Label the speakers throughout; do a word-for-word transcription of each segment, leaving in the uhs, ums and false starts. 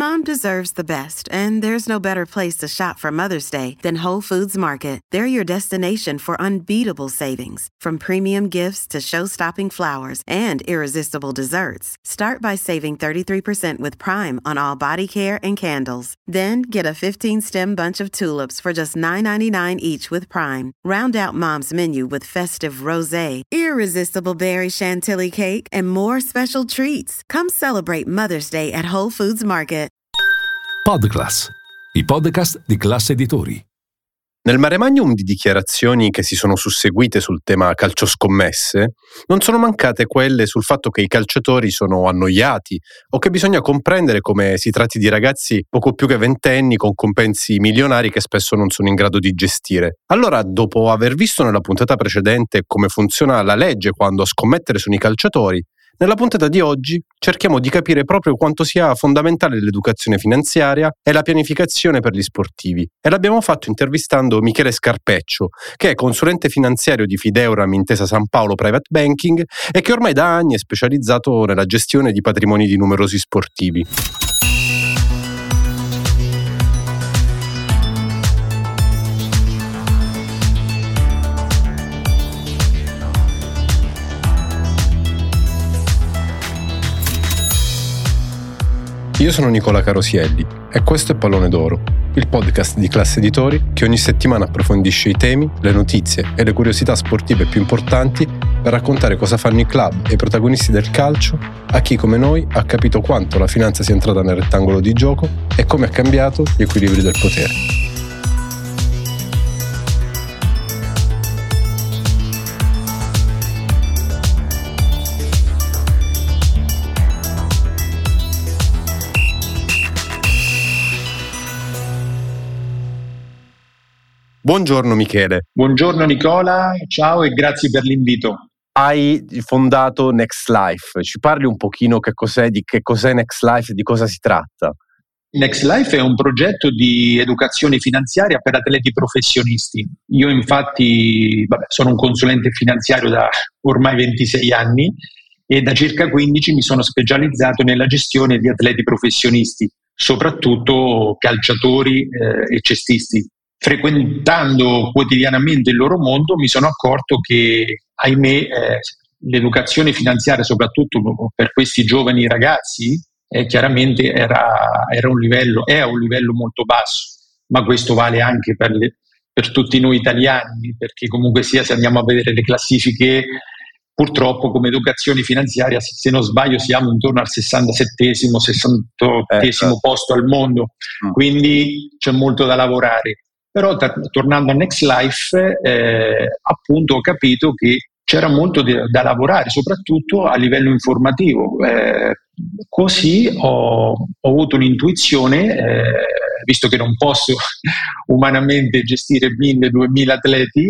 Speaker 1: Mom deserves the best, and there's no better place to shop for Mother's Day than Whole Foods Market. They're your destination for unbeatable savings, from premium gifts to show-stopping flowers and irresistible desserts. Start by saving thirty-three percent with Prime on all body care and candles. Then get a fifteen-stem bunch of tulips for just nine ninety-nine each with Prime. Round out Mom's menu with festive rosé, irresistible berry chantilly cake, and more special treats. Come celebrate Mother's Day at Whole Foods Market.
Speaker 2: Podclass, i podcast di Class Editori.
Speaker 3: Nel mare magnum di dichiarazioni che si sono susseguite sul tema calcio scommesse, non sono mancate quelle sul fatto che i calciatori sono annoiati o che bisogna comprendere come si tratti di ragazzi poco più che ventenni con compensi milionari che spesso non sono in grado di gestire. Allora, dopo aver visto nella puntata precedente come funziona la legge quando a scommettere sono i calciatori, nella puntata di oggi cerchiamo di capire proprio quanto sia fondamentale l'educazione finanziaria e la pianificazione per gli sportivi. E l'abbiamo fatto intervistando Michele Scarpeccio, che è consulente finanziario di Fideuram Intesa San Paolo Private Banking e che ormai da anni è specializzato nella gestione di patrimoni di numerosi sportivi. Io sono Nicola Carosielli e questo è Pallone d'Oro, il podcast di Class Editori che ogni settimana approfondisce i temi, le notizie e le curiosità sportive più importanti per raccontare cosa fanno i club e i protagonisti del calcio a chi come noi ha capito quanto la finanza sia entrata nel rettangolo di gioco e come ha cambiato gli equilibri del potere. Buongiorno Michele.
Speaker 4: Buongiorno Nicola, ciao e grazie per l'invito.
Speaker 3: Hai fondato Next Life, ci parli un pochino che cos'è, di che cos'è Next Life e di cosa si tratta?
Speaker 4: Next Life è un progetto di educazione finanziaria per atleti professionisti. Io infatti vabbè, sono un consulente finanziario da ormai ventisei anni e da circa quindici mi sono specializzato nella gestione di atleti professionisti, soprattutto calciatori eh, e cestisti. Frequentando quotidianamente il loro mondo mi sono accorto che, ahimè, eh, l'educazione finanziaria, soprattutto per questi giovani ragazzi, eh, chiaramente era, era un livello, è a un livello molto basso, ma questo vale anche per, le, per tutti noi italiani, perché comunque sia, se andiamo a vedere le classifiche, purtroppo come educazione finanziaria, se non sbaglio, siamo intorno al sessantasettesimo, sessantottesimo posto al mondo, quindi c'è molto da lavorare. Però t- tornando a Next Life, eh, appunto ho capito che c'era molto de- da lavorare, soprattutto a livello informativo. Eh, così ho, ho avuto un'intuizione, eh, visto che non posso umanamente gestire mille duemila atleti,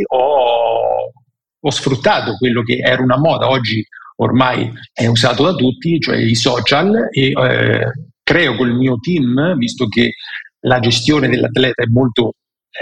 Speaker 4: ho, ho sfruttato quello che era una moda, oggi ormai è usato da tutti, cioè i social, e eh, creo col mio team, visto che la gestione dell'atleta è molto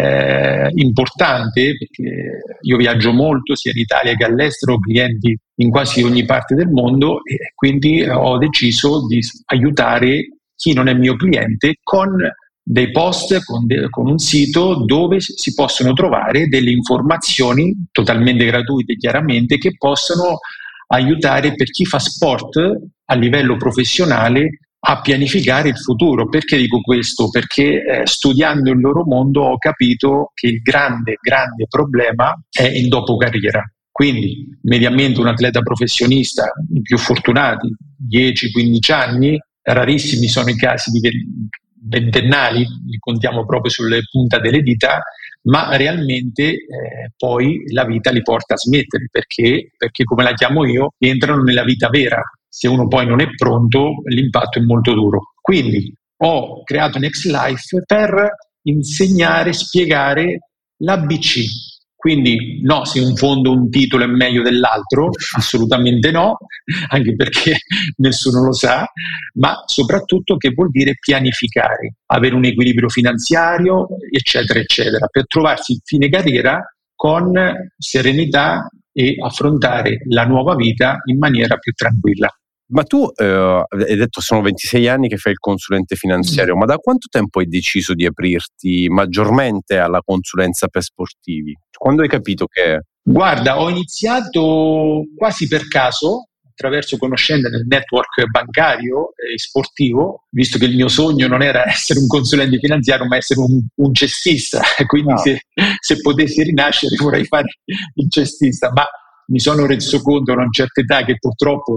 Speaker 4: Eh, importante, perché io viaggio molto sia in Italia che all'estero, ho clienti in quasi ogni parte del mondo e quindi ho deciso di aiutare chi non è mio cliente con dei post, con, de- con un sito dove si possono trovare delle informazioni totalmente gratuite, chiaramente, che possono aiutare per chi fa sport a livello professionale a pianificare il futuro. Perché dico questo? Perché eh, studiando il loro mondo ho capito che il grande, grande problema è il dopo carriera. Quindi mediamente un atleta professionista, i più fortunati, dieci quindici anni, rarissimi sono i casi di ventennali, li contiamo proprio sulle punta delle dita, ma realmente eh, poi la vita li porta a smettere, perché, perché come la chiamo io, entrano nella vita vera. Se uno poi non è pronto, l'impatto è molto duro. Quindi ho creato Next Life per insegnare, spiegare l'A B C. Quindi no, se un fondo, un titolo è meglio dell'altro, assolutamente no, anche perché nessuno lo sa, ma soprattutto che vuol dire pianificare, avere un equilibrio finanziario, eccetera, eccetera, per trovarsi fine carriera con serenità e affrontare la nuova vita in maniera più tranquilla.
Speaker 3: Ma tu eh, hai detto sono ventisei anni che fai il consulente finanziario, mm. ma da quanto tempo hai deciso di aprirti maggiormente alla consulenza per sportivi? Quando hai capito che...
Speaker 4: Guarda, ho iniziato quasi per caso, attraverso conoscendo nel network bancario e sportivo, visto che il mio sogno non era essere un consulente finanziario, ma essere un, un cestista, quindi no. se, se potessi rinascere vorrei fare il cestista, ma mi sono reso conto a una certa età che purtroppo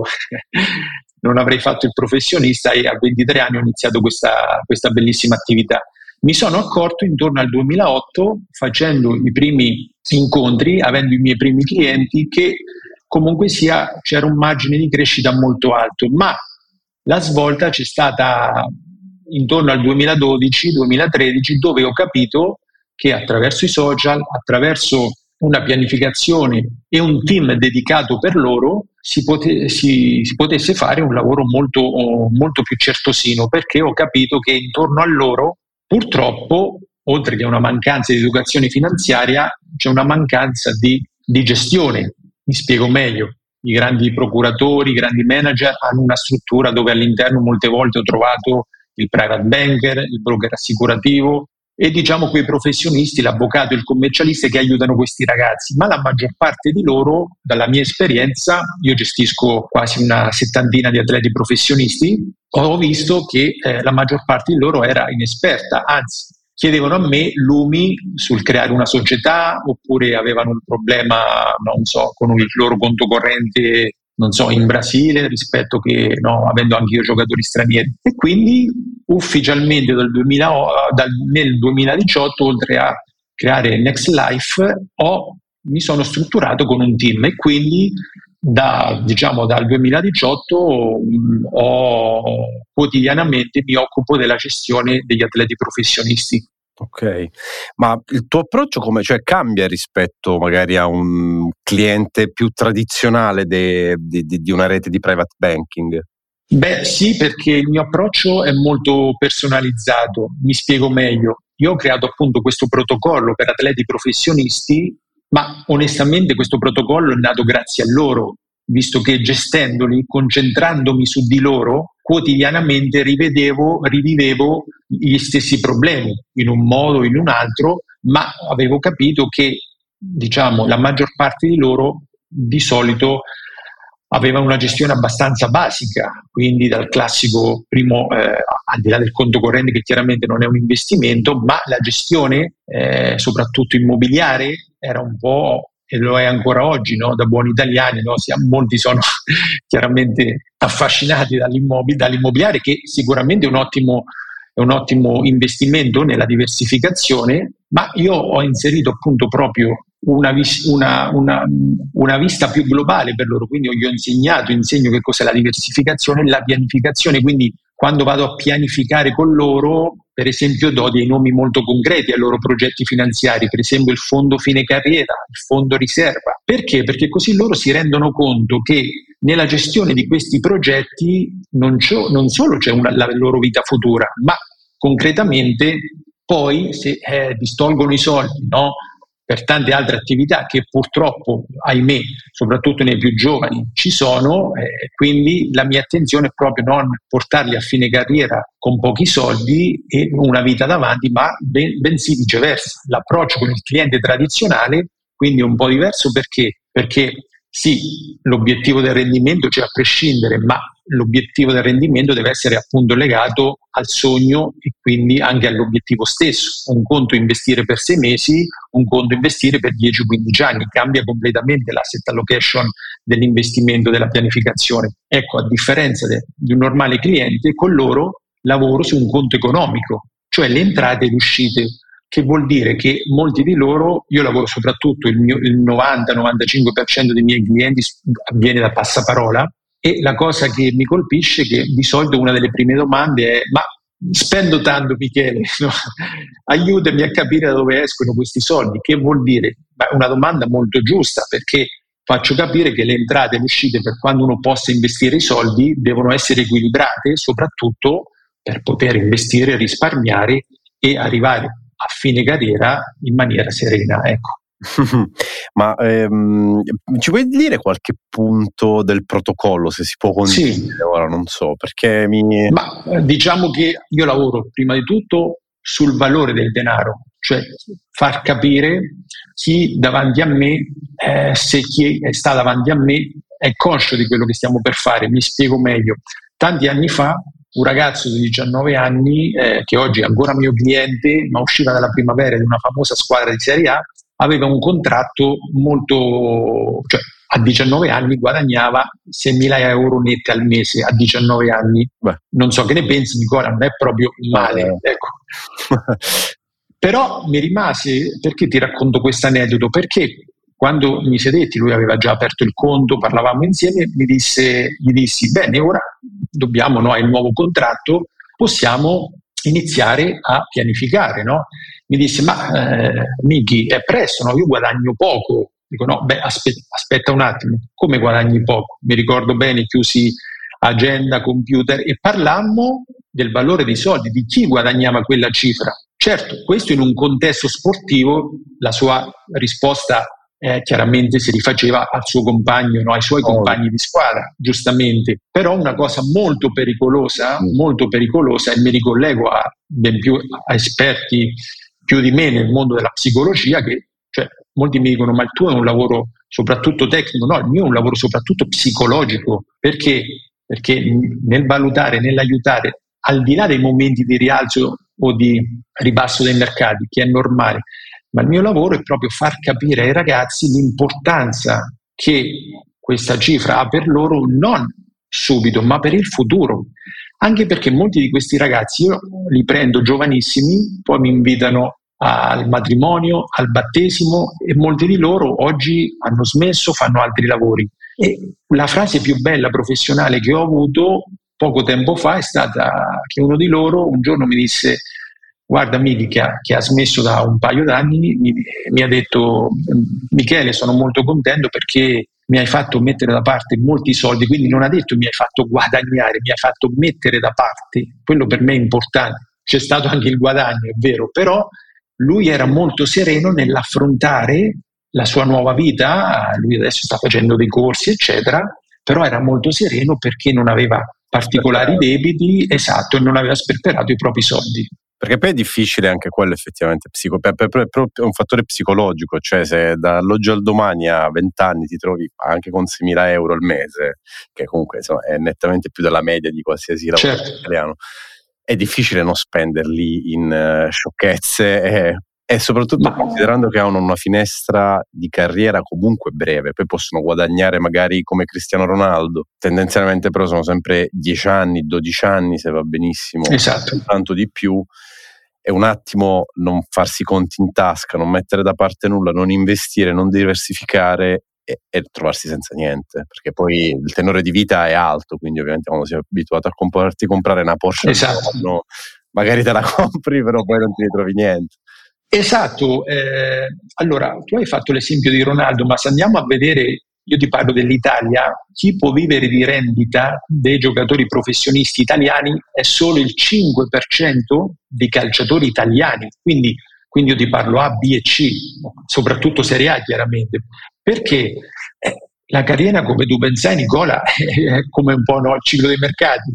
Speaker 4: non avrei fatto il professionista, e a ventitré anni ho iniziato questa, questa bellissima attività. Mi sono accorto intorno al duemilaotto, facendo i primi incontri, avendo i miei primi clienti, che comunque sia c'era un margine di crescita molto alto, ma la svolta c'è stata intorno al duemiladodici duemilatredici, dove ho capito che attraverso i social, attraverso una pianificazione e un team dedicato per loro si, pote- si, si potesse fare un lavoro molto, molto più certosino, perché ho capito che intorno a loro purtroppo, oltre che una mancanza di educazione finanziaria, c'è una mancanza di, di gestione. Mi spiego meglio: i grandi procuratori, i grandi manager hanno una struttura dove all'interno molte volte ho trovato il private banker, il broker assicurativo e diciamo quei professionisti, l'avvocato e il commercialista che aiutano questi ragazzi, ma la maggior parte di loro, dalla mia esperienza, io gestisco quasi una settantina di atleti professionisti, ho visto che eh, la maggior parte di loro era inesperta, anzi chiedevano a me lumi sul creare una società, oppure avevano un problema, non so, con il loro conto corrente, non so, in Brasile, rispetto che, no, avendo anche io giocatori stranieri. E quindi ufficialmente dal duemila, dal, nel duemiladiciotto, oltre a creare Next Life, ho, mi sono strutturato con un team, e quindi da, diciamo, dal duemiladiciotto mh, ho, quotidianamente mi occupo della gestione degli atleti professionisti.
Speaker 3: Ok, ma il tuo approccio come, cioè, cambia rispetto magari a un cliente più tradizionale de, de, de, di una rete di private banking?
Speaker 4: Beh sì, perché il mio approccio è molto personalizzato. Mi spiego meglio: io ho creato appunto questo protocollo per atleti professionisti, ma onestamente questo protocollo è nato grazie a loro, visto che gestendoli, concentrandomi su di loro, quotidianamente rivedevo, rivivevo gli stessi problemi in un modo o in un altro, ma avevo capito che, diciamo, la maggior parte di loro di solito aveva una gestione abbastanza basica, quindi dal classico primo, eh, al di là del conto corrente che chiaramente non è un investimento, ma la gestione eh, soprattutto immobiliare era un po', e lo è ancora oggi, no? Da buoni italiani, no? Si, molti sono chiaramente affascinati dall'immobile, dall'immobiliare, che sicuramente è un ottimo, è un ottimo investimento nella diversificazione, ma io ho inserito appunto proprio una, vis- una, una, una vista più globale per loro, quindi gli ho insegnato, insegno che cos'è la diversificazione e la pianificazione, quindi quando vado a pianificare con loro, per esempio, do dei nomi molto concreti ai loro progetti finanziari, per esempio il fondo fine carriera, il fondo riserva. Perché? Perché così loro si rendono conto che nella gestione di questi progetti non, non solo c'è una, la loro vita futura, ma concretamente poi se eh, distolgono i soldi, no? Per tante altre attività che purtroppo, ahimè, soprattutto nei più giovani, ci sono, eh, quindi la mia attenzione è proprio non portarli a fine carriera con pochi soldi e una vita davanti, ma ben, bensì viceversa. L'approccio con il cliente tradizionale quindi è un po' diverso. Perché? Perché sì, l'obiettivo del rendimento c'è a prescindere, ma l'obiettivo del rendimento deve essere appunto legato al sogno e quindi anche all'obiettivo stesso. Un conto investire per sei mesi, un conto investire per dieci quindici anni, cambia completamente l'asset allocation dell'investimento, della pianificazione. Ecco, a differenza de, di un normale cliente, con loro lavoro su un conto economico, cioè le entrate e le uscite, che vuol dire che molti di loro, io lavoro soprattutto, il, mio, il novanta novantacinque per cento dei miei clienti avviene da passaparola. E la cosa che mi colpisce è che di solito una delle prime domande è: ma spendo tanto, Michele, no? Aiutami a capire da dove escono questi soldi. Che vuol dire? Beh, una domanda molto giusta, perché faccio capire che le entrate e le uscite, per quando uno possa investire i soldi, devono essere equilibrate, soprattutto per poter investire, risparmiare e arrivare a fine carriera in maniera serena. Ecco.
Speaker 3: Ma ehm, ci puoi dire qualche punto del protocollo, se si può condividere? Sì. Ora non so, perché mi...
Speaker 4: Ma diciamo che io lavoro prima di tutto sul valore del denaro, cioè far capire chi davanti a me, eh, se chi sta davanti a me è conscio di quello che stiamo per fare. Mi spiego meglio. Tanti anni fa un ragazzo di diciannove anni, eh, che oggi è ancora mio cliente, ma usciva dalla primavera di una famosa squadra di Serie A, aveva un contratto molto, cioè a diciannove anni guadagnava seimila euro nette al mese a diciannove anni. Beh. Non so che ne pensi, Nicola, non è proprio male, eh. ecco. Però mi rimase, perché ti racconto questo aneddoto? Perché quando mi sedetti, lui aveva già aperto il conto, parlavamo insieme, mi disse, gli dissi, bene, ora dobbiamo, no, hai il nuovo contratto, possiamo iniziare a pianificare, no? Mi disse, ma eh, Miki, è presto, no? Io guadagno poco. Dico, no, beh, aspetta, aspetta un attimo, come guadagni poco? Mi ricordo bene, chiusi agenda, computer e parlammo del valore dei soldi, di chi guadagnava quella cifra. Certo, questo in un contesto sportivo, la sua risposta eh, chiaramente si rifaceva al suo compagno, no? Ai suoi oh. compagni di squadra, giustamente. Però una cosa molto pericolosa, mm. molto pericolosa, e mi ricollego a ben più a esperti più di me nel mondo della psicologia, che cioè, molti mi dicono, ma il tuo è un lavoro soprattutto tecnico, no, il mio è un lavoro soprattutto psicologico, perché? Perché nel valutare, nell'aiutare, al di là dei momenti di rialzo o di ribasso dei mercati, che è normale, ma il mio lavoro è proprio far capire ai ragazzi l'importanza che questa cifra ha per loro, non subito, ma per il futuro. Anche perché molti di questi ragazzi io li prendo giovanissimi, poi mi invitano al matrimonio, al battesimo, e molti di loro oggi hanno smesso, fanno altri lavori. E la frase più bella professionale che ho avuto poco tempo fa è stata che uno di loro un giorno mi disse, guarda Miki, che ha, che ha smesso da un paio d'anni, mi, mi ha detto, Michele, sono molto contento perché mi hai fatto mettere da parte molti soldi, quindi non ha detto mi hai fatto guadagnare, mi hai fatto mettere da parte, quello per me è importante. C'è stato anche il guadagno, è vero, però lui era molto sereno nell'affrontare la sua nuova vita, lui adesso sta facendo dei corsi, eccetera, però era molto sereno perché non aveva particolari debiti, esatto, e non aveva sperperato i propri soldi.
Speaker 3: Perché poi è difficile anche quello effettivamente, psico, è proprio un fattore psicologico, cioè se dall'oggi al domani a vent'anni ti trovi anche con seimila euro al mese, che comunque insomma, è nettamente più della media di qualsiasi lavoro certo. italiano, è difficile non spenderli in uh, sciocchezze e, e soprattutto Ma... considerando che hanno una finestra di carriera comunque breve, poi possono guadagnare magari come Cristiano Ronaldo, tendenzialmente però sono sempre dieci anni, dodici anni se va benissimo,
Speaker 4: esatto.
Speaker 3: tanto di più, e un attimo non farsi conti in tasca, non mettere da parte nulla, non investire, non diversificare e, e trovarsi senza niente, perché poi il tenore di vita è alto, quindi ovviamente quando sei abituato a comportarti comprare una Porsche
Speaker 4: esatto.
Speaker 3: no, magari te la compri però poi non ti ritrovi niente.
Speaker 4: Esatto, eh, allora tu hai fatto l'esempio di Ronaldo, ma se andiamo a vedere, io ti parlo dell'Italia, chi può vivere di rendita dei giocatori professionisti italiani è solo il cinque per cento dei calciatori italiani, quindi, quindi io ti parlo A, B e C, soprattutto Serie A chiaramente, perché eh, la carriera, come tu pensai Nicola, è come un po' no, il ciclo dei mercati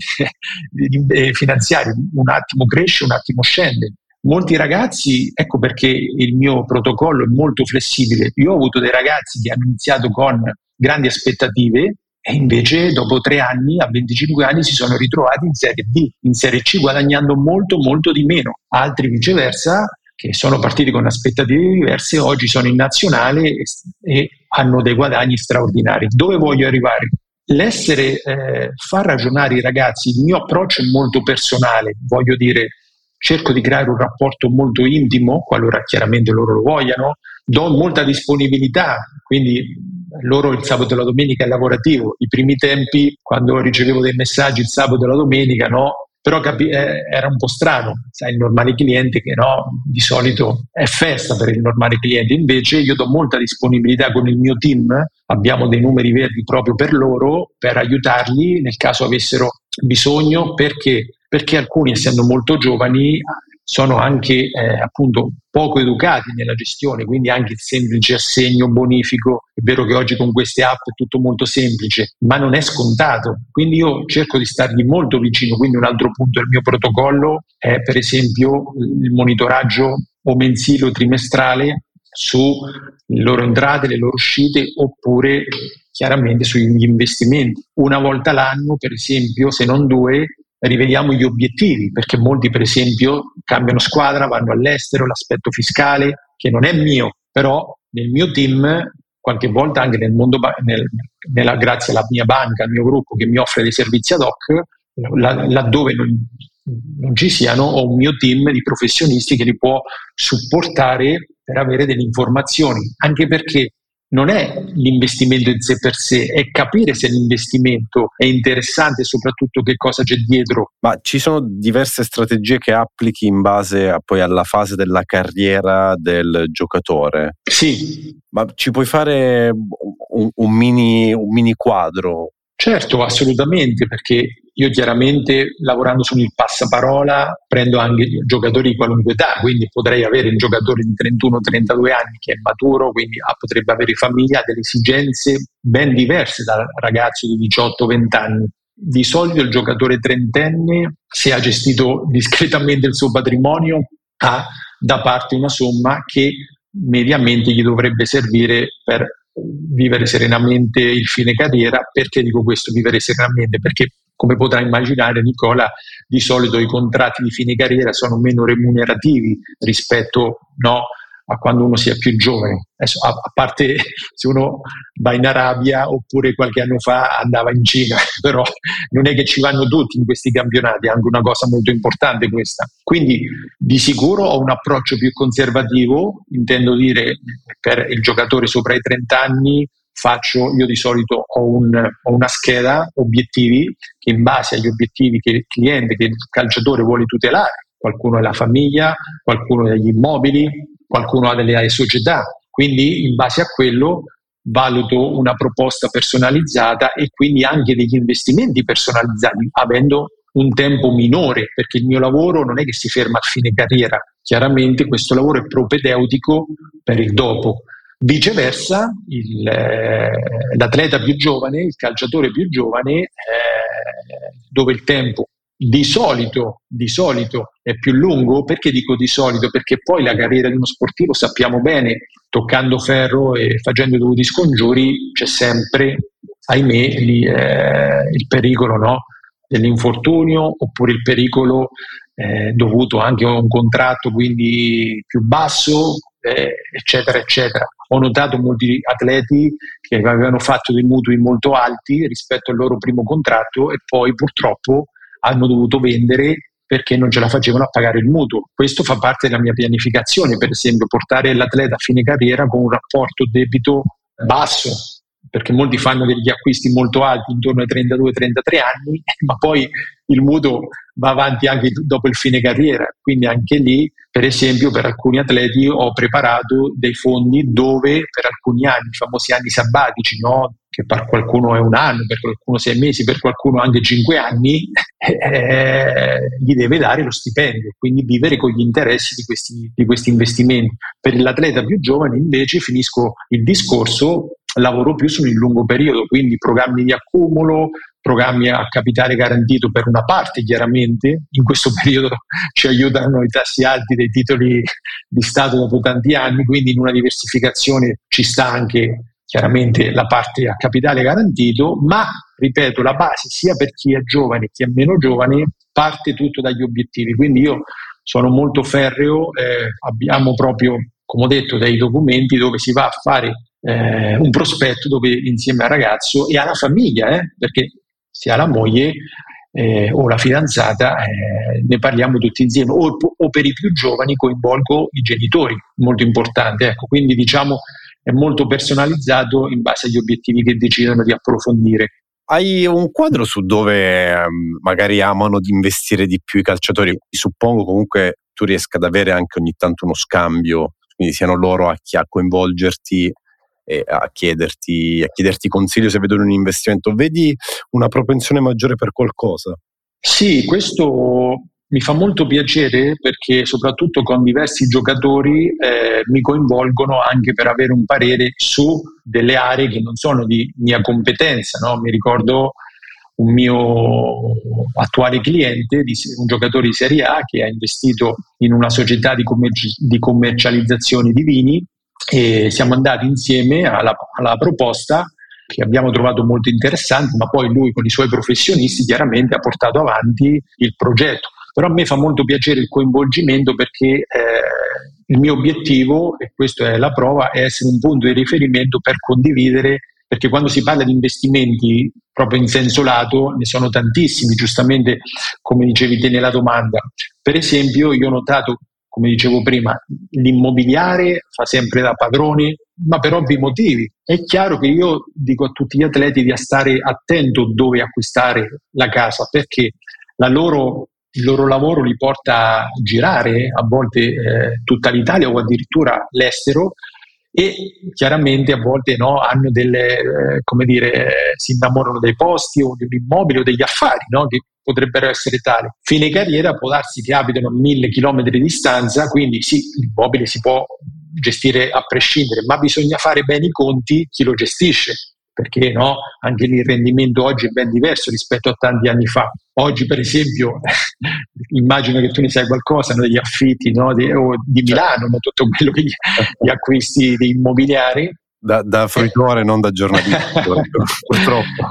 Speaker 4: finanziari, un attimo cresce, un attimo scende. Molti ragazzi, ecco perché il mio protocollo è molto flessibile. Io ho avuto dei ragazzi che hanno iniziato con grandi aspettative e invece dopo tre anni, a venticinque anni, si sono ritrovati in Serie B, in Serie C, guadagnando molto molto di meno. Altri viceversa, che sono partiti con aspettative diverse, oggi sono in nazionale e, e hanno dei guadagni straordinari. Dove voglio arrivare? L'essere, eh, far ragionare i ragazzi, il mio approccio è molto personale, voglio dire, cerco di creare un rapporto molto intimo, qualora chiaramente loro lo vogliano, do molta disponibilità, quindi loro il sabato e la domenica è lavorativo, i primi tempi quando ricevevo dei messaggi il sabato e la domenica no, però capi- eh, era un po' strano, sai, il normale cliente che no, di solito è festa per il normale cliente, invece io do molta disponibilità con il mio team, abbiamo dei numeri verdi proprio per loro, per aiutarli nel caso avessero bisogno, perché? Perché alcuni, essendo molto giovani, sono anche eh, appunto poco educati nella gestione, quindi anche il semplice assegno bonifico, è vero che oggi con queste app è tutto molto semplice, ma non è scontato, quindi io cerco di stargli molto vicino. Quindi un altro punto del mio protocollo è per esempio il monitoraggio o mensile o trimestrale sulle loro entrate, le loro uscite, oppure chiaramente sugli investimenti. Una volta l'anno, per esempio, se non due, rivediamo gli obiettivi, perché molti per esempio cambiano squadra, vanno all'estero, l'aspetto fiscale che non è mio, però nel mio team qualche volta anche nel mondo nel, nella, grazie alla mia banca, al mio gruppo che mi offre dei servizi ad hoc, là, laddove non, non ci siano, ho un mio team di professionisti che li può supportare per avere delle informazioni, anche perché non è l'investimento in sé per sé, è capire se l'investimento è interessante e soprattutto che cosa c'è dietro.
Speaker 3: Ma ci sono diverse strategie che applichi in base a, poi alla fase della carriera del giocatore?
Speaker 4: Sì.
Speaker 3: Ma ci puoi fare un, un, mini, un mini quadro?
Speaker 4: Certo, assolutamente, perché io chiaramente lavorando sul passaparola prendo anche giocatori di qualunque età, quindi potrei avere un giocatore di trentuno trentadue anni che è maturo, quindi potrebbe avere famiglia, ha delle esigenze ben diverse dal ragazzo di diciotto venti anni. Di solito il giocatore trentenne, se ha gestito discretamente il suo patrimonio, ha da parte una somma che mediamente gli dovrebbe servire per vivere serenamente il fine carriera. Perché dico questo, vivere serenamente? Perché come potrai immaginare, Nicola, di solito i contratti di fine carriera sono meno remunerativi rispetto no, a quando uno sia più giovane. Adesso, a, a parte se uno va in Arabia oppure qualche anno fa andava in Cina, però non è che ci vanno tutti in questi campionati, è anche una cosa molto importante questa. Quindi di sicuro ho un approccio più conservativo, intendo dire per il giocatore sopra i trenta anni faccio, io di solito ho, un, ho una scheda obiettivi che in base agli obiettivi che il cliente, che il calciatore vuole tutelare, qualcuno è la famiglia, qualcuno ha gli immobili, qualcuno ha delle società, quindi in base a quello valuto una proposta personalizzata e quindi anche degli investimenti personalizzati, avendo un tempo minore, perché il mio lavoro non è che si ferma a fine carriera, chiaramente questo lavoro è propedeutico per il dopo. Viceversa, il, eh, l'atleta più giovane, il calciatore più giovane, eh, dove il tempo di solito, di solito è più lungo. Perché dico di solito? Perché poi la carriera di uno sportivo, sappiamo bene, toccando ferro e facendo i dovuti scongiuri, c'è sempre, ahimè, lì, eh, il pericolo no? dell'infortunio, oppure il pericolo eh, dovuto anche a un contratto quindi più basso, eh, eccetera, eccetera. Ho notato molti atleti che avevano fatto dei mutui molto alti rispetto al loro primo contratto e poi purtroppo hanno dovuto vendere perché non ce la facevano a pagare il mutuo. Questo fa parte della mia pianificazione, per esempio portare l'atleta a fine carriera con un rapporto debito basso, perché molti fanno degli acquisti molto alti intorno ai trentadue trentatré anni, ma poi il mutuo va avanti anche dopo il fine carriera. Quindi anche lì, per esempio, per alcuni atleti ho preparato dei fondi dove per alcuni anni, i famosi anni sabbatici, no? Che per qualcuno è un anno, per qualcuno sei mesi, per qualcuno anche cinque anni, eh, gli deve dare lo stipendio, quindi vivere con gli interessi di questi, di questi investimenti. Per l'atleta più giovane invece, finisco il discorso, lavoro più sul lungo periodo, quindi programmi di accumulo, programmi a capitale garantito per una parte, chiaramente in questo periodo ci aiutano i tassi alti dei titoli di Stato dopo tanti anni, quindi in una diversificazione ci sta anche chiaramente la parte a capitale garantito, ma ripeto, la base sia per chi è giovane che chi è meno giovane parte tutto dagli obiettivi. Quindi io sono molto ferreo, eh, abbiamo proprio, come ho detto, dei documenti dove si va a fare eh, un prospetto dove insieme al ragazzo e alla famiglia, eh, perché se ha la moglie eh, o la fidanzata eh, ne parliamo tutti insieme, o, o per i più giovani coinvolgo i genitori, molto importante, ecco. Quindi diciamo è molto personalizzato in base agli obiettivi che decidono di approfondire.
Speaker 3: Hai un quadro su dove um, magari amano di investire di più i calciatori? Suppongo comunque tu riesca ad avere anche ogni tanto uno scambio, quindi siano loro a, chi, a coinvolgerti e a chiederti, a chiederti consiglio se vedono un investimento. Vedi una propensione maggiore per qualcosa?
Speaker 4: Sì, questo mi fa molto piacere perché soprattutto con diversi giocatori eh, mi coinvolgono anche per avere un parere su delle aree che non sono di mia competenza, no? Mi ricordo un mio attuale cliente, un giocatore di Serie A che ha investito in una società di, commerci- di commercializzazione di vini, e siamo andati insieme alla, alla proposta che abbiamo trovato molto interessante, ma poi lui con i suoi professionisti chiaramente ha portato avanti il progetto. Però a me fa molto piacere il coinvolgimento perché eh, il mio obiettivo, e questa è la prova, è essere un punto di riferimento per condividere, perché quando si parla di investimenti proprio in senso lato ne sono tantissimi, giustamente come dicevi te nella domanda. Per esempio io ho notato, come dicevo prima, l'immobiliare fa sempre da padrone, ma per ovvi motivi. È chiaro che io dico a tutti gli atleti di stare attento dove acquistare la casa, perché la loro, il loro lavoro li porta a girare a volte eh, tutta l'Italia o addirittura l'estero, e chiaramente a volte no, hanno delle, eh, come dire, eh, si innamorano dei posti o di un immobile o degli affari, no, che potrebbero essere tali. Fine carriera può darsi che abitano a mille chilometri di distanza, quindi sì, l'immobile si può gestire a prescindere, ma bisogna fare bene i conti chi lo gestisce, perché no, anche lì il rendimento oggi è ben diverso rispetto a tanti anni fa. Oggi per esempio immagino che tu ne sai qualcosa, no, degli affitti, no, di, o di Milano, no, tutto quello che gli, gli acquisti di immobiliari
Speaker 3: da, da fruitore, eh. non da giornalista purtroppo.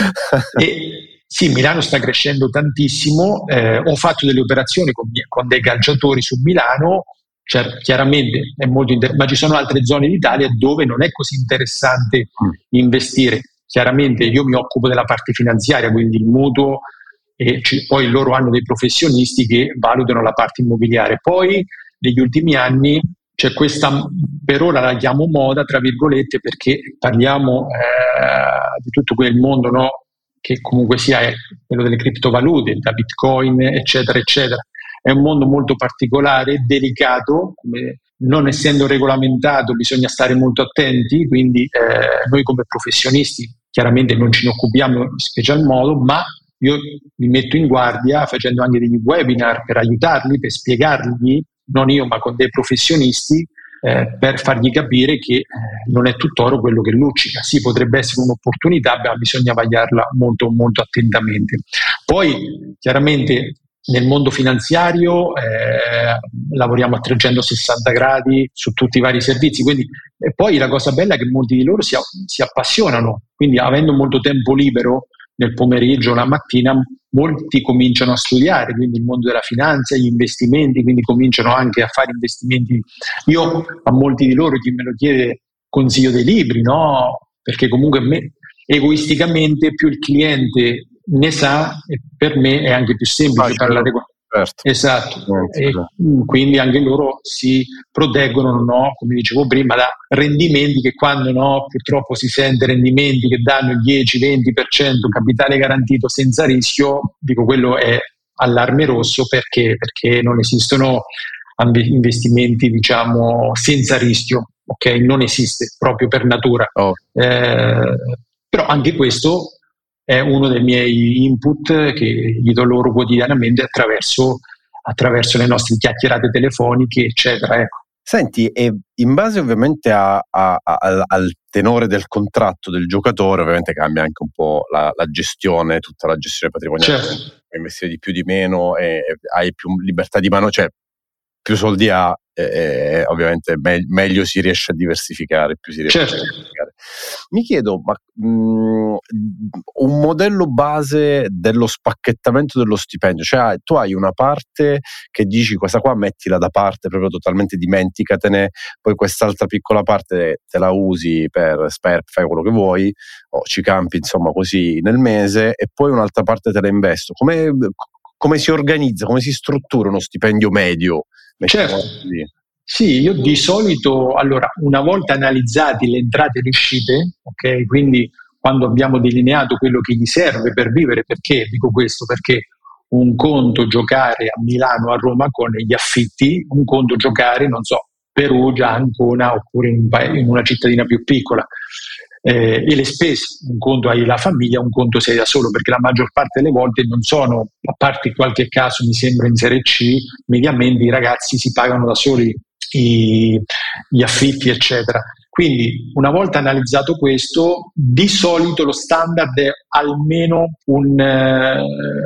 Speaker 4: E sì, Milano sta crescendo tantissimo, eh, ho fatto delle operazioni con, con dei calciatori su Milano, cioè, chiaramente è molto inter- ma ci sono altre zone d'Italia dove non è così interessante mm. investire. Chiaramente io mi occupo della parte finanziaria, quindi il mutuo, e c- poi loro hanno dei professionisti che valutano la parte immobiliare. Poi negli ultimi anni c'è questa, per ora la chiamo moda, tra virgolette, perché parliamo eh, di tutto quel mondo, no, che comunque sia è quello delle criptovalute, da Bitcoin, eccetera, eccetera. È un mondo molto particolare, delicato, non essendo regolamentato bisogna stare molto attenti, quindi eh, noi come professionisti chiaramente non ce ne occupiamo in special modo, ma io mi metto in guardia facendo anche degli webinar per aiutarli, per spiegargli, non io ma con dei professionisti, eh, per fargli capire che eh, non è tutt'oro quello che luccica. Sì, potrebbe essere un'opportunità, ma bisogna vagliarla molto molto attentamente. Poi chiaramente nel mondo finanziario eh, lavoriamo a trecentosessanta gradi su tutti i vari servizi, quindi, e poi la cosa bella è che molti di loro si, si appassionano, quindi avendo molto tempo libero nel pomeriggio o la mattina, molti cominciano a studiare, quindi il mondo della finanza, gli investimenti, quindi cominciano anche a fare investimenti. Io a molti di loro, chi me lo chiede, consiglio dei libri, no? Perché comunque me, egoisticamente più il cliente ne sa, e per me è anche più semplice ah, parlare con
Speaker 3: certo.
Speaker 4: Esatto, e quindi anche loro si proteggono, no, come dicevo prima, da rendimenti che quando no, purtroppo si sente rendimenti che danno il dieci venti per cento capitale garantito senza rischio, dico quello è allarme rosso, perché perché non esistono investimenti diciamo senza rischio, ok? Non esiste proprio per natura.
Speaker 3: Oh.
Speaker 4: Eh, però anche questo è uno dei miei input che gli do loro quotidianamente attraverso, attraverso le nostre chiacchierate telefoniche, eccetera. Ecco.
Speaker 3: Senti, e in base ovviamente a, a, a, al tenore del contratto del giocatore, ovviamente cambia anche un po' la, la gestione, tutta la gestione patrimoniale.
Speaker 4: Certo.
Speaker 3: Puoi investire di più di meno e, e hai più libertà di mano, cioè più soldi ha, eh, ovviamente me- meglio si riesce a diversificare, più si riesce
Speaker 4: certo.
Speaker 3: a diversificare. Mi chiedo, ma mh, un modello base dello spacchettamento dello stipendio, cioè tu hai una parte che dici questa qua mettila da parte, proprio totalmente dimenticatene, poi quest'altra piccola parte te la usi per sperp, fai quello che vuoi, o ci campi insomma così nel mese, e poi un'altra parte te la investo. Come, come si organizza, come si struttura uno stipendio medio?
Speaker 4: Certo, sì, io di solito, allora, una volta analizzati le entrate e le uscite, ok, quindi quando abbiamo delineato quello che gli serve per vivere, perché dico questo? Perché un conto giocare a Milano, a Roma con gli affitti, un conto giocare, non so, Perugia, Ancona, oppure in, un paese, in una cittadina più piccola. eh, e le spese. Un conto hai la famiglia, un conto sei da solo, perché la maggior parte delle volte non sono, a parte qualche caso mi sembra in Serie C, mediamente i ragazzi si pagano da soli i, gli affitti eccetera. Quindi una volta analizzato questo, di solito lo standard è almeno un eh,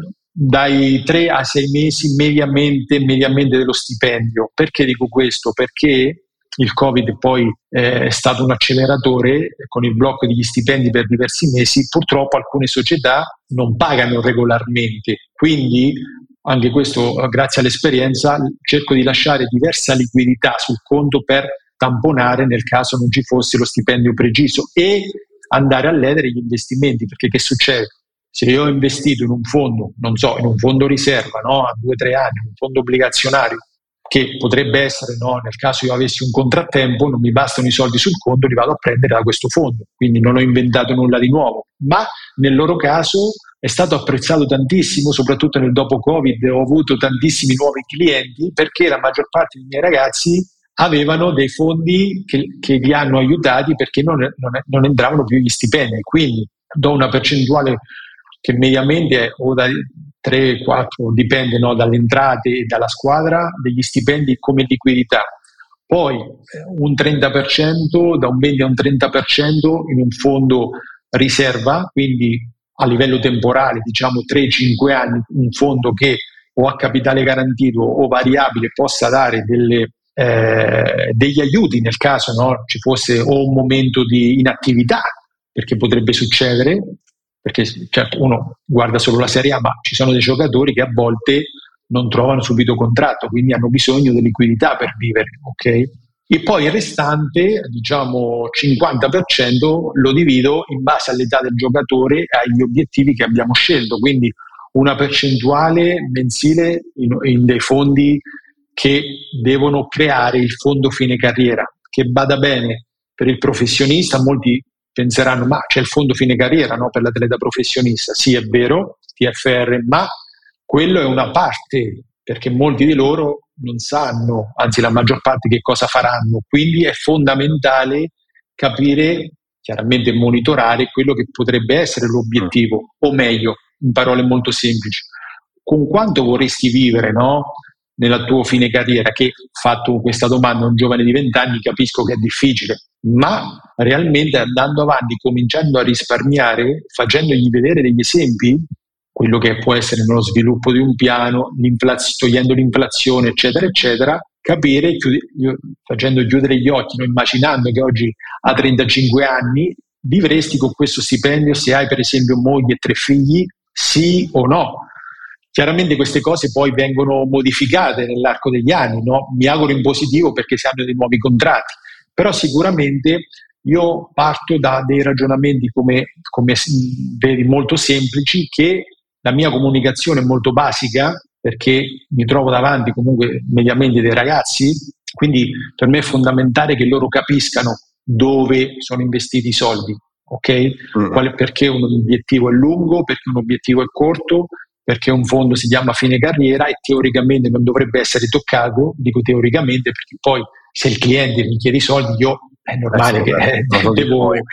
Speaker 4: dai tre a sei mesi mediamente, mediamente dello stipendio. Perché dico questo? Perché il Covid poi eh, è stato un acceleratore con il blocco degli stipendi per diversi mesi. Purtroppo alcune società non pagano regolarmente, quindi anche questo, grazie all'esperienza, cerco di lasciare diversa liquidità sul conto per tamponare nel caso non ci fosse lo stipendio preciso e andare a ledere gli investimenti, perché che succede? Se io ho investito in un fondo, non so, in un fondo riserva, no, a due o tre anni, un fondo obbligazionario, che potrebbe essere, no, nel caso io avessi un contrattempo, non mi bastano i soldi sul conto, li vado a prendere da questo fondo, quindi non ho inventato nulla di nuovo, ma nel loro caso è stato apprezzato tantissimo, soprattutto nel dopo Covid. Ho avuto tantissimi nuovi clienti perché la maggior parte dei miei ragazzi avevano dei fondi che, che li hanno aiutati perché non, non, non entravano più gli stipendi, quindi do una percentuale che mediamente è o da tre quattro, dipende, no, dalle entrate e dalla squadra, degli stipendi come liquidità. Poi un trenta per cento, da un venti a un trenta per cento in un fondo riserva, quindi a livello temporale, diciamo tre cinque anni, un fondo che o a capitale garantito o variabile possa dare delle, eh, degli aiuti nel caso, no, ci fosse o un momento di inattività, perché potrebbe succedere, perché certo uno guarda solo la Serie A, ma ci sono dei giocatori che a volte non trovano subito contratto, quindi hanno bisogno di liquidità per vivere, ok? E poi il restante, diciamo cinquanta per cento, lo divido in base all'età del giocatore e agli obiettivi che abbiamo scelto, quindi una percentuale mensile in, in dei fondi che devono creare il fondo fine carriera, che vada bene per il professionista. Molti penseranno, ma c'è il fondo fine carriera, no, per l'atleta professionista. Sì, è vero, T F R, ma quello è una parte, perché molti di loro non sanno, anzi la maggior parte, che cosa faranno. Quindi è fondamentale capire, chiaramente monitorare quello che potrebbe essere l'obiettivo, o meglio, in parole molto semplici, con quanto vorresti vivere, no, nella tua fine carriera, che, fatto questa domanda a un giovane di venti anni, capisco che è difficile, ma realmente andando avanti, cominciando a risparmiare, facendogli vedere degli esempi, quello che può essere nello sviluppo di un piano, togliendo l'inflazione, eccetera, eccetera, capire, chiudi, facendo chiudere gli occhi, no, immaginando che oggi a trentacinque anni vivresti con questo stipendio se hai per esempio moglie e tre figli, sì o no. Chiaramente queste cose poi vengono modificate nell'arco degli anni, no? Mi auguro in positivo, perché si hanno dei nuovi contratti, però sicuramente io parto da dei ragionamenti, come, come vedi, molto semplici, che la mia comunicazione è molto basica, perché mi trovo davanti comunque mediamente dei ragazzi, quindi per me è fondamentale che loro capiscano dove sono investiti i soldi, ok? Mm. Qual è, perché un obiettivo è lungo, perché un obiettivo è corto, perché un fondo si chiama fine carriera e teoricamente non dovrebbe essere toccato. Dico teoricamente perché poi se il cliente mi chiede i soldi, io è normale che eh, devo... Poi,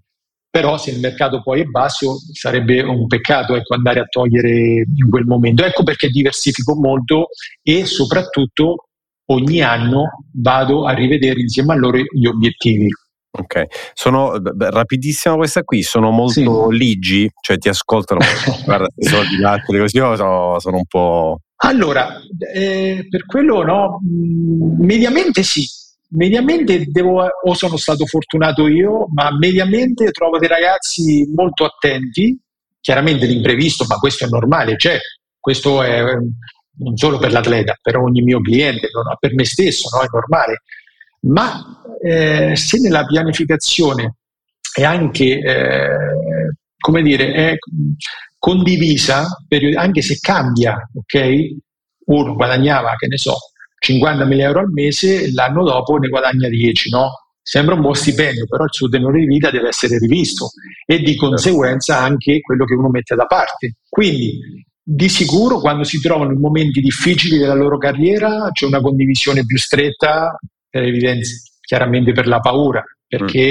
Speaker 4: però se il mercato poi è basso sarebbe un peccato, ecco, andare a togliere in quel momento. Ecco perché diversifico molto e soprattutto ogni anno vado a rivedere insieme a loro gli obiettivi.
Speaker 3: Ok, sono beh, rapidissima questa qui, sono molto sì. ligi, cioè ti ascoltano, guarda, i soldi d'altri, così io sono, sono un po'...
Speaker 4: Allora, eh, per quello no, mh, mediamente sì, mediamente devo, o sono stato fortunato io, ma mediamente trovo dei ragazzi molto attenti. Chiaramente l'imprevisto, ma questo è normale, cioè questo è non solo per l'atleta, per ogni mio cliente, per me stesso, no? È normale. Ma eh, se nella pianificazione è anche, eh, come dire, è condivisa, anche se cambia, ok? Uno guadagnava, che ne so, cinquantamila euro al mese, l'anno dopo ne guadagna dieci, no? Sembra un buon stipendio, però il suo tenore di vita deve essere rivisto e di conseguenza anche quello che uno mette da parte. Quindi di sicuro quando si trovano in momenti difficili della loro carriera c'è una condivisione più stretta, per evidenza, chiaramente per la paura, perché mm.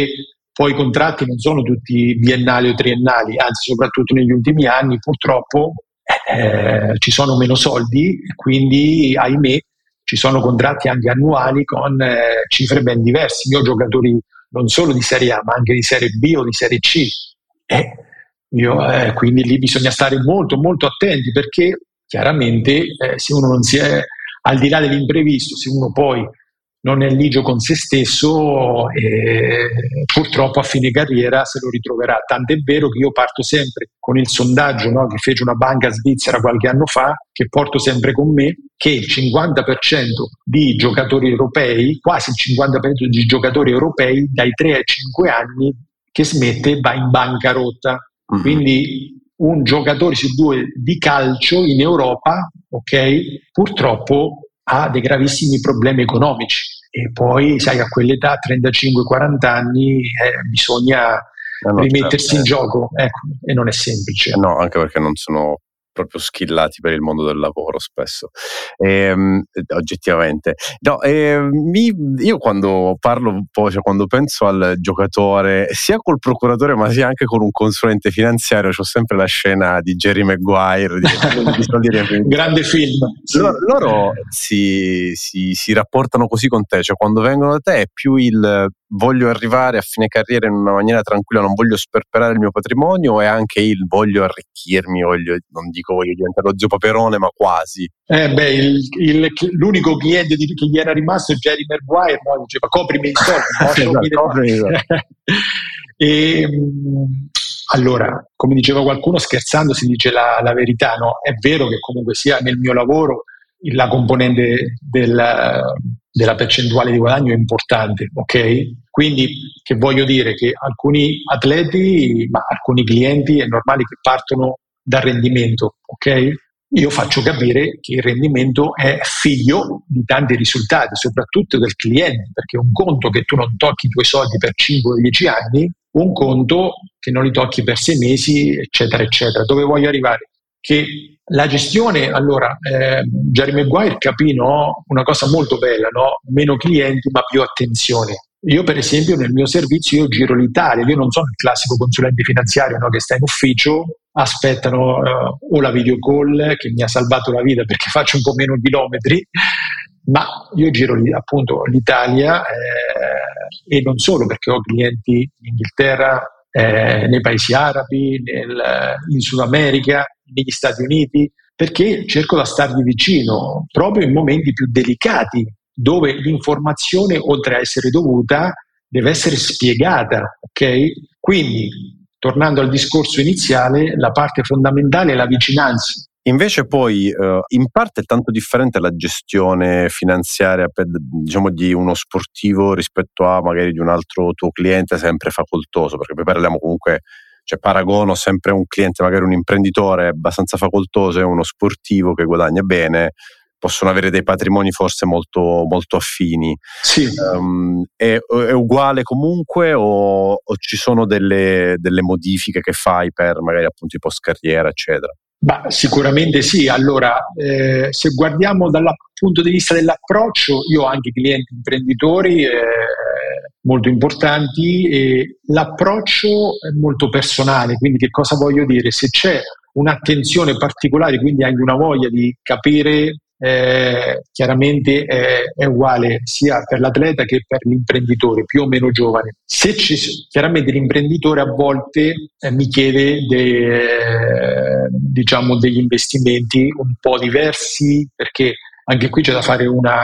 Speaker 4: poi i contratti non sono tutti biennali o triennali, anzi soprattutto negli ultimi anni purtroppo eh, ci sono meno soldi, quindi ahimè ci sono contratti anche annuali con eh, cifre ben diverse. Io ho giocatori non solo di Serie A ma anche di Serie B o di Serie C, eh, io, eh, quindi lì bisogna stare molto molto attenti, perché chiaramente eh, se uno non si è, al di là dell'imprevisto, se uno poi non è ligio con se stesso, eh, purtroppo a fine carriera se lo ritroverà. Tant'è vero che io parto sempre con il sondaggio, no, che fece una banca svizzera qualche anno fa, che porto sempre con me, che il cinquanta per cento di giocatori europei, quasi il cinquanta per cento di giocatori europei dai tre ai cinque anni che smette va in bancarotta. Mm-hmm. Quindi un giocatore su due di calcio in Europa, ok, purtroppo ha dei gravissimi problemi economici, e poi sai, a quell'età, trentacinque quaranta anni, eh, bisogna no, no, rimettersi certo. in gioco, ecco, e non è semplice.
Speaker 3: No, anche perché non sono proprio skillati per il mondo del lavoro spesso, ehm, oggettivamente. No, ehm, mi, io quando parlo un po', cioè quando penso al giocatore, sia col procuratore ma sia anche con un consulente finanziario, c'ho sempre la scena di Jerry Maguire di, di, di
Speaker 4: grande film.
Speaker 3: Sì. Loro, loro si, si, si rapportano così con te, cioè quando vengono da te è più il voglio arrivare a fine carriera in una maniera tranquilla, non voglio sperperare il mio patrimonio, e anche il voglio arricchirmi, voglio, non dico voglio diventare lo zio Paperone, ma quasi.
Speaker 4: Eh beh, il, il, l'unico cliente di, che gli era rimasto è Jerry Maguire, no? Diceva coprimi i soldi, no? Esatto, coprimi i soldi. E, allora, come diceva qualcuno, scherzando si dice la, la verità, no? È vero che comunque sia nel mio lavoro la componente del, della percentuale di guadagno è importante, ok? Quindi che voglio dire che alcuni atleti, ma alcuni clienti è normale che partono dal rendimento, ok? Io faccio capire che il rendimento è figlio di tanti risultati, soprattutto del cliente, perché un conto che tu non tocchi i tuoi soldi per cinque o dieci anni, un conto che non li tocchi per sei mesi, eccetera, eccetera. Dove voglio arrivare? Che la gestione, allora, eh, Jerry Maguire capì, no, una cosa molto bella, no? Meno clienti ma più attenzione. Io per esempio nel mio servizio io giro l'Italia, io non sono il classico consulente finanziario, no, che sta in ufficio, aspettano uh, o la video call che mi ha salvato la vita perché faccio un po' meno chilometri, ma io giro appunto l'Italia eh, e non solo, perché ho clienti in Inghilterra, eh, nei paesi arabi, nel, in Sud America, negli Stati Uniti, perché cerco da stargli vicino proprio in momenti più delicati, dove l'informazione, oltre a essere dovuta, deve essere spiegata, ok? Quindi, tornando al discorso iniziale, la parte fondamentale è la vicinanza.
Speaker 3: Invece poi eh, in parte è tanto differente la gestione finanziaria per, diciamo, di uno sportivo rispetto a magari di un altro tuo cliente sempre facoltoso, perché poi parliamo comunque, cioè paragono sempre un cliente, magari un imprenditore abbastanza facoltoso e uno sportivo che guadagna bene, possono avere dei patrimoni forse molto, molto affini.
Speaker 4: Sì.
Speaker 3: Um, è, è uguale comunque o, o ci sono delle, delle modifiche che fai per magari appunto i post carriera, eccetera?
Speaker 4: Bah, sicuramente sì. Allora, eh, se guardiamo dal punto di vista dell'approccio, io ho anche clienti imprenditori eh, molto importanti e l'approccio è molto personale, quindi che cosa voglio dire? Se c'è un'attenzione particolare, quindi anche una voglia di capire, eh, chiaramente è, è uguale sia per l'atleta che per l'imprenditore, più o meno giovane. Se ci, chiaramente l'imprenditore a volte eh, mi chiede de, eh, diciamo degli investimenti un po' diversi, perché anche qui c'è da fare una,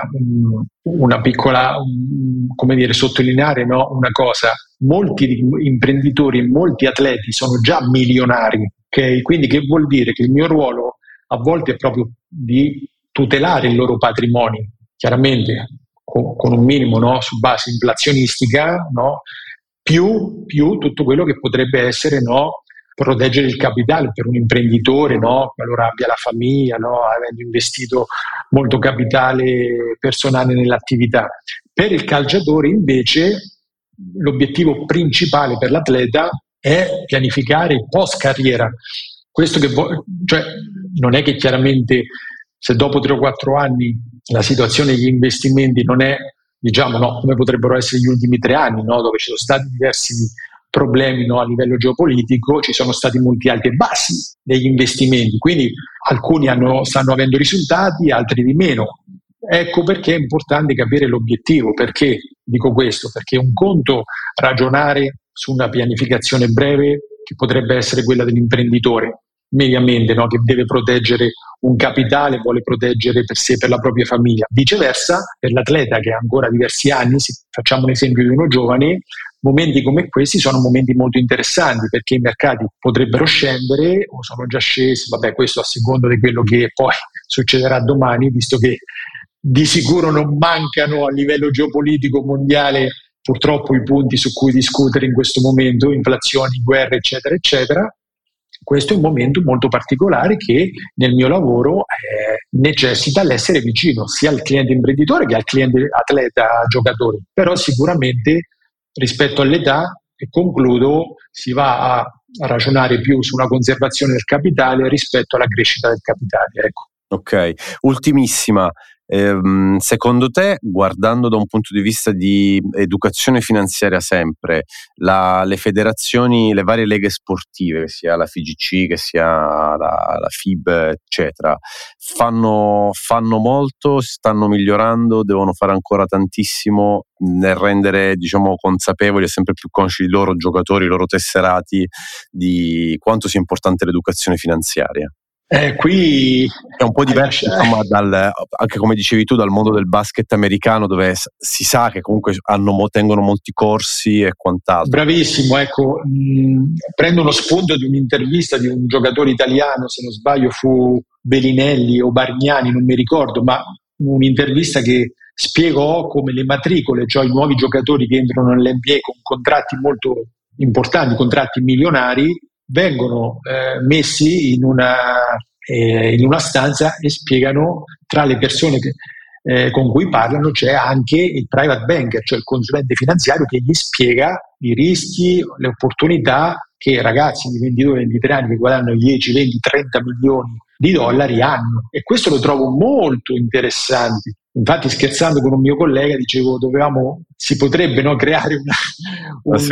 Speaker 4: una piccola, come dire, sottolineare, no? Una cosa: molti imprenditori, molti atleti sono già milionari, ok? Quindi che vuol dire? Che il mio ruolo a volte è proprio di tutelare il loro patrimonio, chiaramente con, con un minimo, no? Su base inflazionistica, no? più, più tutto quello che potrebbe essere, no? Proteggere il capitale per un imprenditore, no? Qualora abbia la famiglia, no? Avendo investito molto capitale personale nell'attività. Per il calciatore invece l'obiettivo principale per l'atleta è pianificare il post carriera. Questo che vo- cioè non è che chiaramente se dopo tre o quattro anni la situazione degli investimenti non è diciamo, no, come potrebbero essere gli ultimi tre anni, no, dove ci sono stati diversi problemi, no, a livello geopolitico, ci sono stati molti alti e bassi degli investimenti, quindi alcuni hanno, stanno avendo risultati, altri di meno. Ecco perché è importante capire l'obiettivo. Perché dico questo? Perché un conto ragionare su una pianificazione breve che potrebbe essere quella dell'imprenditore, mediamente, no, che deve proteggere un capitale, vuole proteggere per sé, per la propria famiglia. Viceversa, per l'atleta che ha ancora diversi anni, se facciamo un esempio di uno giovane, momenti come questi sono momenti molto interessanti, perché i mercati potrebbero scendere o sono già scesi, vabbè, questo a seconda di quello che poi succederà domani, visto che di sicuro non mancano a livello geopolitico mondiale purtroppo i punti su cui discutere in questo momento, inflazioni, guerre, eccetera, eccetera. Questo è un momento molto particolare che nel mio lavoro eh, necessita l'essere vicino sia al cliente imprenditore che al cliente atleta giocatore, però sicuramente rispetto all'età, e concludo, si va a, a ragionare più sulla conservazione del capitale rispetto alla crescita del capitale. Ecco.
Speaker 3: Ok, ultimissima. Ehm, secondo te, guardando da un punto di vista di educazione finanziaria sempre, la, le federazioni, le varie leghe sportive, che sia la F I G C, che sia la, la F I B, eccetera, fanno, fanno molto, stanno migliorando, devono fare ancora tantissimo nel rendere, diciamo, consapevoli e sempre più consci i loro giocatori, i loro tesserati di quanto sia importante l'educazione finanziaria?
Speaker 4: Eh, qui
Speaker 3: è un po' diverso, insomma, dal, anche come dicevi tu, dal mondo del basket americano, dove si sa che comunque hanno, tengono molti corsi e quant'altro.
Speaker 4: Bravissimo, ecco, mh, prendo uno spunto di un'intervista di un giocatore italiano, se non sbaglio fu Bellinelli o Bargnani, non mi ricordo, ma un'intervista che spiegò come le matricole, cioè i nuovi giocatori che entrano nell'N B A con contratti molto importanti, contratti milionari, vengono eh, messi in una, eh, in una stanza e spiegano, tra le persone che, eh, con cui parlano c'è anche il private banker, cioè il consulente finanziario che gli spiega i rischi, le opportunità che ragazzi di ventidue ventitré anni che guadagnano dieci, venti, trenta milioni di dollari hanno, e questo lo trovo molto interessante. Infatti, scherzando con un mio collega, dicevo dovevamo, si potrebbe, no, creare una, un,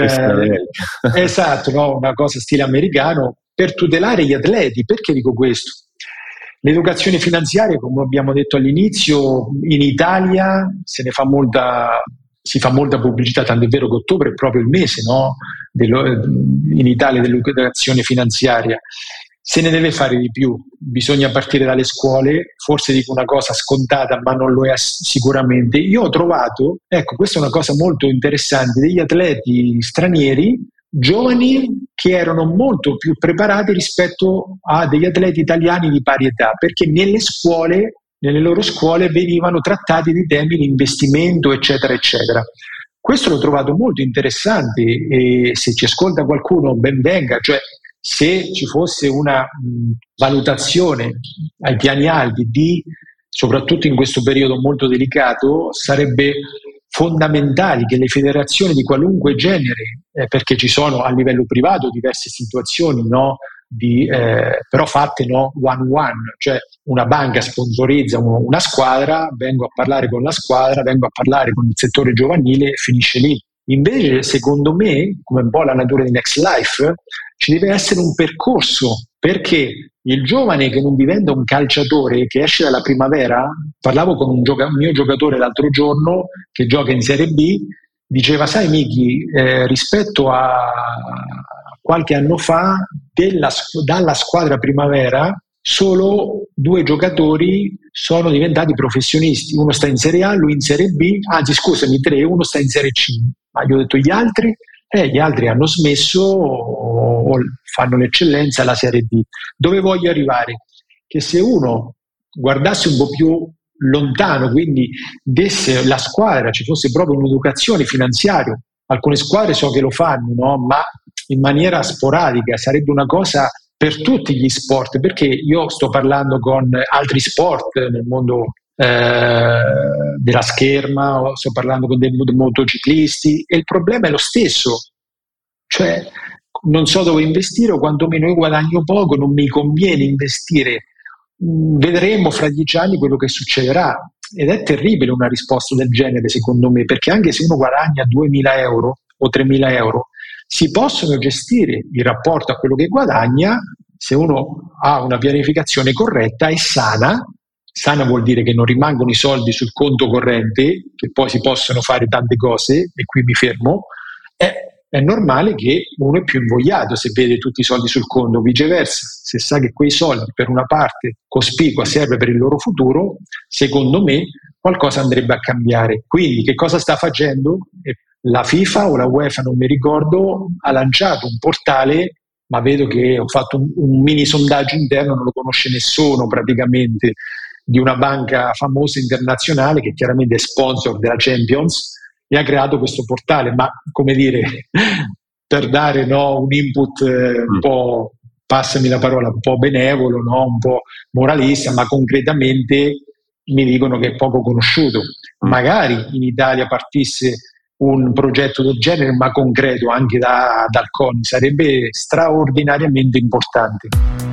Speaker 4: eh, esatto, no, una cosa stile americano per tutelare gli atleti. Perché dico questo? L'educazione finanziaria, come abbiamo detto all'inizio, in Italia se ne fa molta, si fa molta pubblicità, tant'è vero che ottobre è proprio il mese, no, dello, in Italia dell'educazione finanziaria. Se ne deve fare di più, bisogna partire dalle scuole, forse dico una cosa scontata ma non lo è sicuramente. Io ho trovato, ecco, questa è una cosa molto interessante, degli atleti stranieri, giovani, che erano molto più preparati rispetto a degli atleti italiani di pari età, perché nelle scuole, nelle loro scuole venivano trattati di temi di investimento, eccetera, eccetera. Questo l'ho trovato molto interessante e se ci ascolta qualcuno ben venga, cioè se ci fosse una mh, valutazione ai piani alti di, soprattutto in questo periodo molto delicato, sarebbe fondamentale che le federazioni di qualunque genere, eh, perché ci sono a livello privato diverse situazioni, no, di, eh, però fatte, no, one one, cioè una banca sponsorizza uno, una squadra, vengo a parlare con la squadra, vengo a parlare con il settore giovanile e finisce lì. Invece, secondo me, come un po' la natura di Next Life, ci deve essere un percorso, perché il giovane che non diventa un calciatore, che esce dalla primavera, parlavo con un, gioca- un mio giocatore l'altro giorno che gioca in Serie B, diceva, sai Miki, eh, rispetto a qualche anno fa, della, dalla squadra primavera, solo due giocatori sono diventati professionisti, uno sta in Serie A, lui in Serie B, anzi scusami tre, uno sta in Serie C. Ma gli ho detto gli altri? Eh, gli altri hanno smesso o, o fanno l'eccellenza alla Serie D. Dove voglio arrivare? Che se uno guardasse un po' più lontano, quindi desse la squadra, ci fosse proprio un'educazione finanziaria, alcune squadre so che lo fanno, no? Ma in maniera sporadica, sarebbe una cosa per tutti gli sport, perché io sto parlando con altri sport nel mondo eh, della scherma, sto parlando con dei motociclisti e il problema è lo stesso, cioè non so dove investire o quantomeno io guadagno poco, non mi conviene investire. Vedremo fra dieci anni quello che succederà. ed è terribile una risposta del genere, secondo me, perché anche se uno guadagna duemila euro o tremila euro, si possono gestire il rapporto a quello che guadagna se uno ha una pianificazione corretta e sana. Sana vuol dire che non rimangono i soldi sul conto corrente, che poi si possono fare tante cose, e qui mi fermo. È, è normale che uno è più invogliato se vede tutti i soldi sul conto. Viceversa, se sa che quei soldi per una parte cospicua serve per il loro futuro, secondo me qualcosa andrebbe a cambiare. Quindi che cosa sta facendo? La FIFA o la UEFA, non mi ricordo, ha lanciato un portale, ma vedo che ho fatto un, un mini sondaggio interno, non lo conosce nessuno praticamente, di una banca famosa internazionale che chiaramente è sponsor della Champions, e ha creato questo portale, ma come dire, per dare, no, un input eh, un po', passami la parola, un po' benevolo, no, un po' moralista, ma concretamente mi dicono che è poco conosciuto. Magari in Italia partisse un progetto del genere, ma concreto, anche da, dal CONI, sarebbe straordinariamente importante.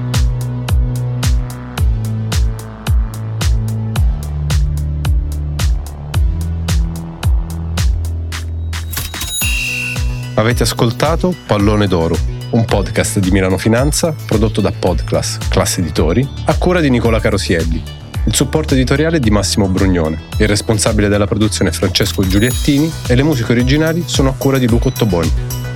Speaker 3: Avete ascoltato Pallone d'Oro, un podcast di Milano Finanza prodotto da Podclass, Class Editori, a cura di Nicola Carosielli. Il supporto editoriale è di Massimo Brugnone, il responsabile della produzione è Francesco Giuliettini e le musiche originali sono a cura di Luca Ottoboni.